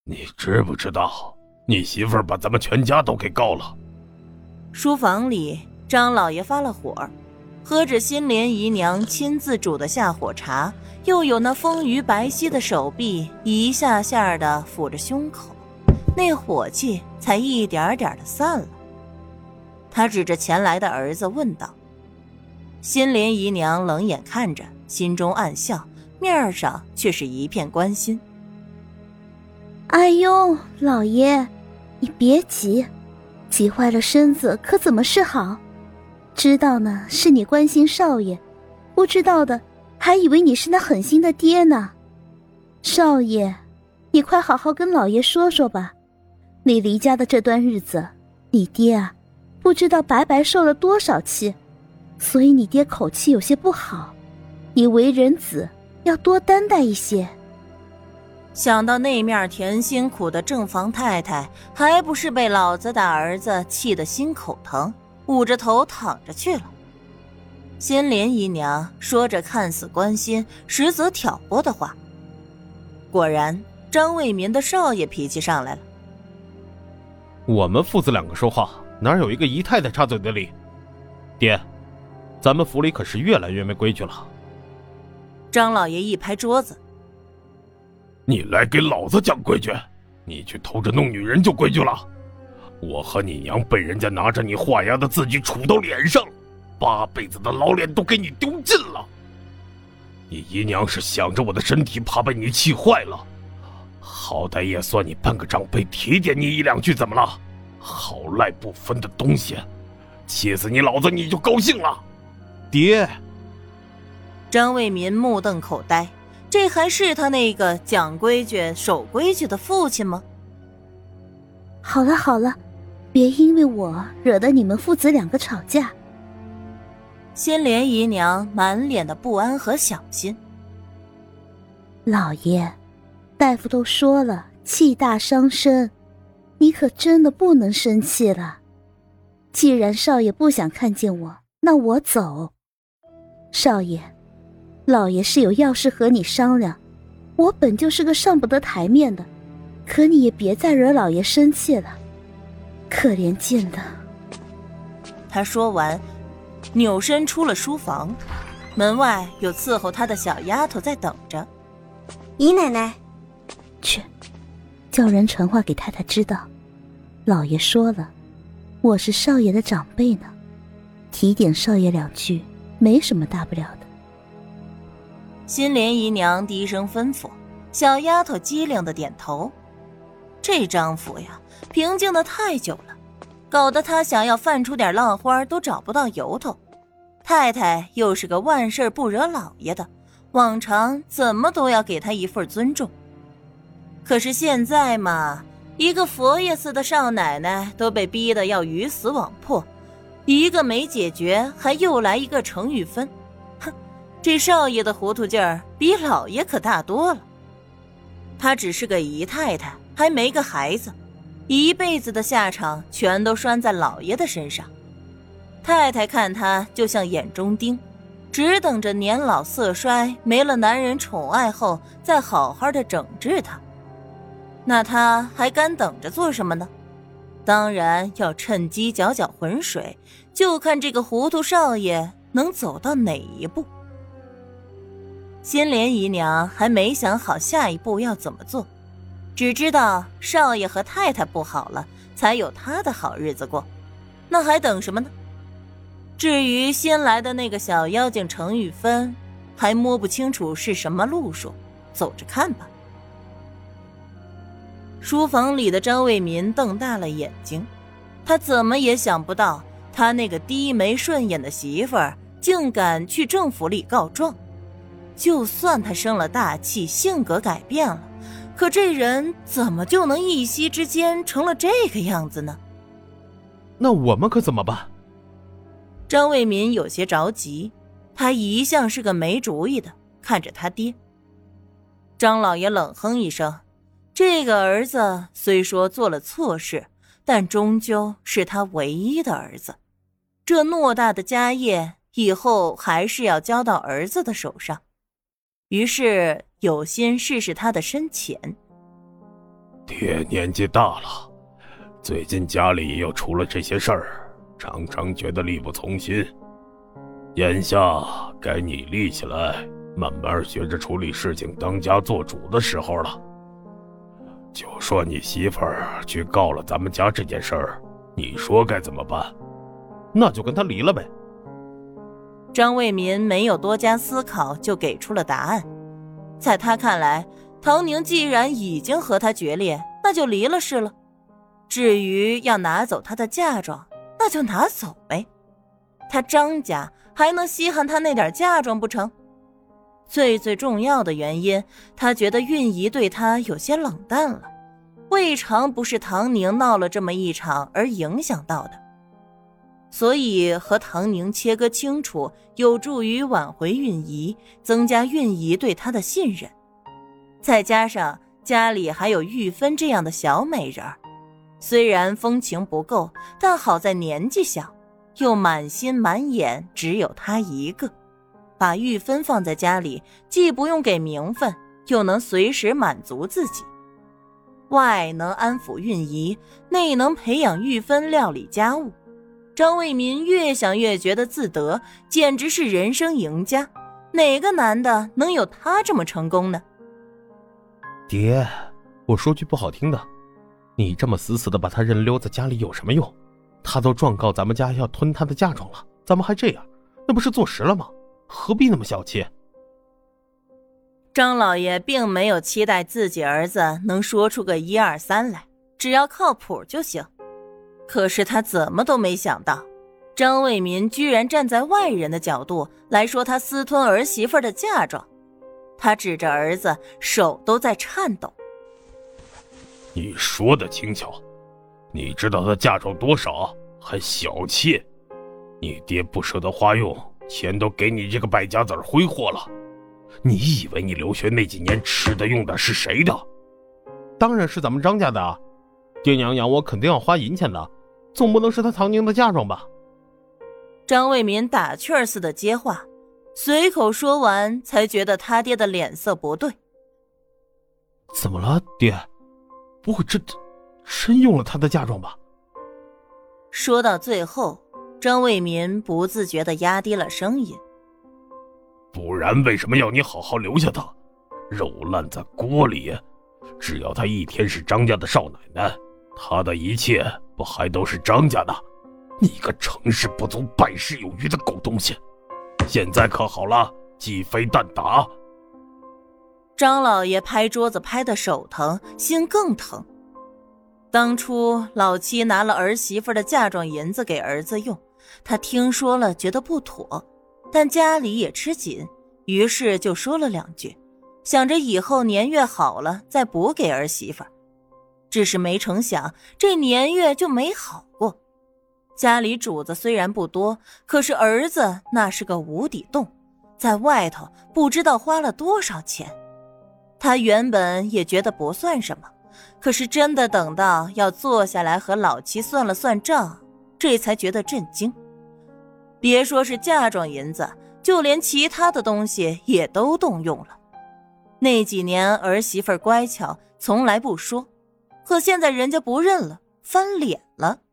你知不知道，你媳妇儿把咱们全家都给告了？ 书房里，张老爷发了火，喝着新莲姨娘亲自煮的下火茶，又有那丰腴白皙的手臂一下下的抚着胸口，那火气才一点点的散了。他指着前来的儿子问道。新莲姨娘冷眼看着，心中暗笑，面上却是一片关心。 哎呦，老爷，你别急，急坏了身子可怎么是好？知道呢是你关心少爷，不知道的还以为你是那狠心的爹呢。少爷，你快好好跟老爷说说吧，你离家的这段日子，你爹啊不知道白白受了多少气，所以你爹口气有些不好，你为人子要多担待一些。 想到那面甜辛苦的正房太太，还不是被老子打儿子气得心口疼，捂着头躺着去了。新莲姨娘说着看似关心，实则挑拨的话。果然，张卫民的少爷脾气上来了。 我们父子两个说话，哪有一个姨太太插嘴的理？爹，咱们府里可是越来越没规矩了。 张老爷一拍桌子。 你来给老子讲规矩？你去偷着弄女人就规矩了？我和你娘被人家拿着你画押的字据杵到脸上，8辈子的老脸都给你丢尽了。你姨娘是想着我的身体，怕被你气坏了，好歹也算你半个长辈，提点你1-2句怎么了？好赖不分的东西，气死你老子你就高兴了？爹！ 张卫民目瞪口呆，这还是他那个讲规矩守规矩的父亲吗？ 好了好了，别因为我惹得你们父子两个吵架。 新莲姨娘满脸的不安和小心。 老爷，大夫都说了，气大伤身，你可真的不能生气了。既然少爷不想看见我，那我走。少爷，老爷是有要事和你商量，我本就是个上不得台面的，可你也别再惹老爷生气了，可怜见的。 他说完，扭身出了书房，门外有伺候他的小丫头在等着。 姨奶奶， 去，叫人传话给太太知道，老爷说了，我是少爷的长辈呢，提点少爷2句，没什么大不了的。 新莲姨娘低声吩咐，小丫头机灵的点头。这张府呀，平静的太久了，搞得她想要犯出点浪花都找不到由头。太太又是个万事不惹老爷的，往常怎么都要给她一份尊重。可是现在嘛，一个佛爷似的少奶奶都被逼得要鱼死网破，一个没解决，还又来一个程玉芬。哼，这少爷的糊涂劲儿比老爷可大多了。他只是个姨太太，还没个孩子，一辈子的下场全都拴在老爷的身上。太太看他就像眼中钉，只等着年老色衰，没了男人宠爱后，再好好的整治他。那他还干等着做什么呢？当然要趁机搅搅浑水，就看这个糊涂少爷能走到哪一步。新莲姨娘还没想好下一步要怎么做，只知道少爷和太太不好了，才有他的好日子过，那还等什么呢？至于新来的那个小妖精程玉芬，还摸不清楚是什么路数，走着看吧。书房里的张卫民瞪大了眼睛，他怎么也想不到，他那个低眉顺眼的媳妇儿竟敢去政府里告状。就算他生了大气，性格改变了，可这人怎么就能一夕之间成了这个样子呢？ 那我们可怎么办？ 张卫民有些着急，他一向是个没主意的，看着他爹。张老爷冷哼一声，这个儿子虽说做了错事，但终究是他唯一的儿子，这偌大的家业以后还是要交到儿子的手上，于是有心试试他的深浅。 爹年纪大了，最近家里又出了这些事儿，常常觉得力不从心。眼下该你立起来，慢慢学着处理事情，当家做主的时候了。就说你媳妇儿去告了咱们家这件事儿，你说该怎么办？ 那就跟他离了呗。 张卫民没有多加思考就给出了答案。在他看来，唐宁既然已经和他决裂，那就离了是了。至于要拿走他的嫁妆，那就拿走呗。他张家还能稀罕他那点嫁妆不成？最重要的原因，他觉得韵仪对他有些冷淡了，未尝不是唐宁闹了这么一场而影响到的。所以和唐宁切割清楚，有助于挽回韵仪，增加韵仪对他的信任。再加上家里还有玉芬这样的小美人儿，虽然风情不够，但好在年纪小，又满心满眼只有他一个。把玉芬放在家里，既不用给名分，又能随时满足自己。外能安抚韵仪，内能培养玉芬料理家务。张卫民越想越觉得自得，简直是人生赢家。哪个男的能有他这么成功呢？ 爹，我说句不好听的，你这么死死的把他人留在家里有什么用？他都状告咱们家要吞他的嫁妆了，咱们还这样，那不是坐实了吗？何必那么小气？ 张老爷并没有期待自己儿子能说出个1、2、3来，只要靠谱就行。可是他怎么都没想到，张卫民居然站在外人的角度来说他私吞儿媳妇的嫁妆。他指着儿子，手都在颤抖。 你说的轻巧，你知道他嫁妆多少，还小气？你爹不舍得花用，钱都给你这个败家子挥霍了。你以为你留学那几年吃的用的是谁的？ 当然是咱们张家的啊！爹娘养我肯定要花银钱的，总不能是他唐宁的嫁妆吧？ 张卫民打趣儿似的接话，随口说完，才觉得他爹的脸色不对。 怎么了，爹？不会真用了他的嫁妆吧？ 说到最后，张卫民不自觉地压低了声音。 不然为什么要你好好留下他？肉烂在锅里，只要他一天是张家的少奶奶，他的一切不还都是张家的？你个成事不足败事有余的狗东西！现在可好了，鸡飞蛋打。 张老爷拍桌子拍得手疼，心更疼。当初老七拿了儿媳妇的嫁妆银子给儿子用，他听说了觉得不妥，但家里也吃紧，于是就说了2句，想着以后年月好了再补给儿媳妇。只是没成想这年月就没好过。家里主子虽然不多，可是儿子那是个无底洞，在外头不知道花了多少钱。他原本也觉得不算什么，可是真的等到要坐下来和老七算了算账，这才觉得震惊。别说是嫁妆银子，就连其他的东西也都动用了。那几年儿媳妇乖巧，从来不说，可现在人家不认了，翻脸了。